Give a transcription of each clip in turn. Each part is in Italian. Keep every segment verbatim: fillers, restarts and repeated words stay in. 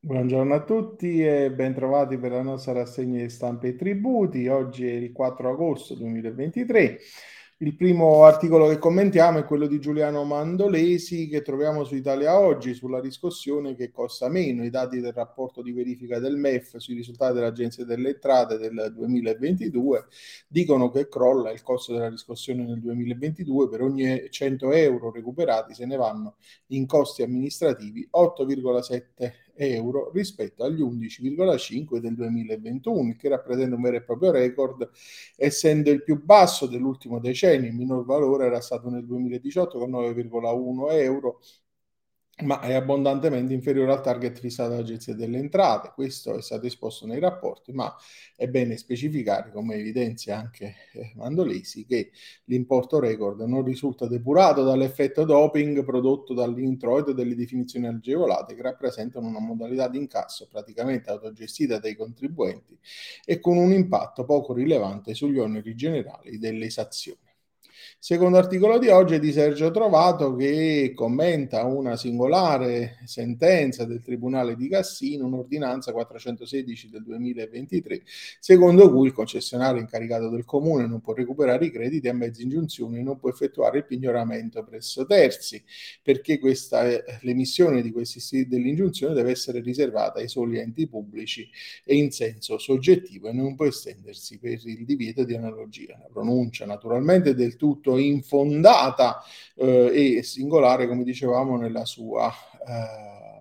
Buongiorno a tutti e bentrovati per la nostra rassegna di stampe e tributi. Oggi è il quattro agosto duemilaventitré. Il primo articolo che commentiamo è quello di Giuliano Mandolesi che troviamo su Italia Oggi sulla riscossione che costa meno. I dati del rapporto di verifica del M E F sui risultati dell'Agenzia delle Entrate del duemilaventidue dicono che crolla il costo della riscossione nel duemilaventidue. Per ogni cento euro recuperati se ne vanno in costi amministrativi otto virgola sette euro rispetto agli undici virgola cinque del duemilaventuno, che rappresenta un vero e proprio record, essendo il più basso dell'ultimo decennio. Il minor valore era stato nel duemiladiciotto con nove virgola uno euro, ma è abbondantemente inferiore al target fissato dall'Agenzia delle Entrate. Questo è stato esposto nei rapporti, ma è bene specificare, come evidenzia anche eh, Mandolesi, che l'importo record non risulta depurato dall'effetto doping prodotto dall'introito delle definizioni agevolate, che rappresentano una modalità di incasso praticamente autogestita dai contribuenti e con un impatto poco rilevante sugli oneri generali dell'esazione. Secondo articolo di oggi è di Sergio Trovato, che commenta una singolare sentenza del Tribunale di Cassino, un'ordinanza quattrocentosedici del duemilaventitré, secondo cui il concessionario incaricato del comune non può recuperare i crediti a mezzo ingiunzione e non può effettuare il pignoramento presso terzi, perché questa, eh, l'emissione di questi dell'ingiunzione deve essere riservata ai soli enti pubblici e in senso soggettivo e non può estendersi per il divieto di analogia. La pronuncia naturalmente è del tutto infondata eh, e singolare, come dicevamo, nella sua eh,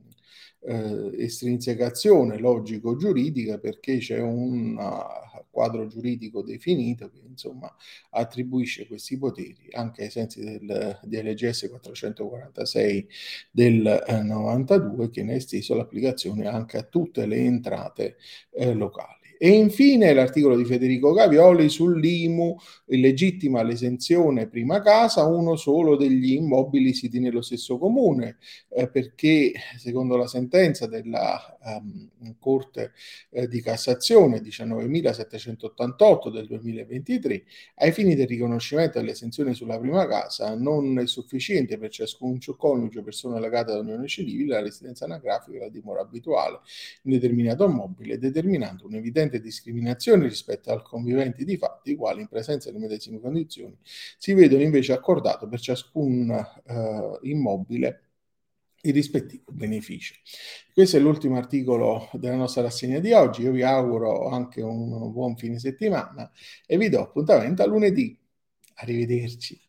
eh, estrinsecazione logico-giuridica, perché c'è un uh, quadro giuridico definito che insomma attribuisce questi poteri anche ai sensi del D L G S quattrocentoquarantasei del eh, novantadue, che ne ha esteso l'applicazione anche a tutte le entrate eh, locali. E infine l'articolo di Federico Gavioli sull'I M U, legittima l'esenzione prima casa uno solo degli immobili siti nello stesso comune, eh, perché secondo la sentenza della um, Corte eh, di Cassazione diciannovemilasettecentottantotto del duemilaventitré, ai fini del riconoscimento dell'esenzione sulla prima casa non è sufficiente per ciascun coniuge o persona legata ad unione civile la residenza anagrafica e la dimora abituale in determinato immobile, determinando un'evidente discriminazione rispetto al conviventi di fatti, i quali in presenza delle medesime condizioni si vedono invece accordato per ciascun eh, immobile il rispettivo beneficio. Questo è l'ultimo articolo della nostra rassegna di oggi. Io vi auguro anche un buon fine settimana e vi do appuntamento a lunedì. Arrivederci.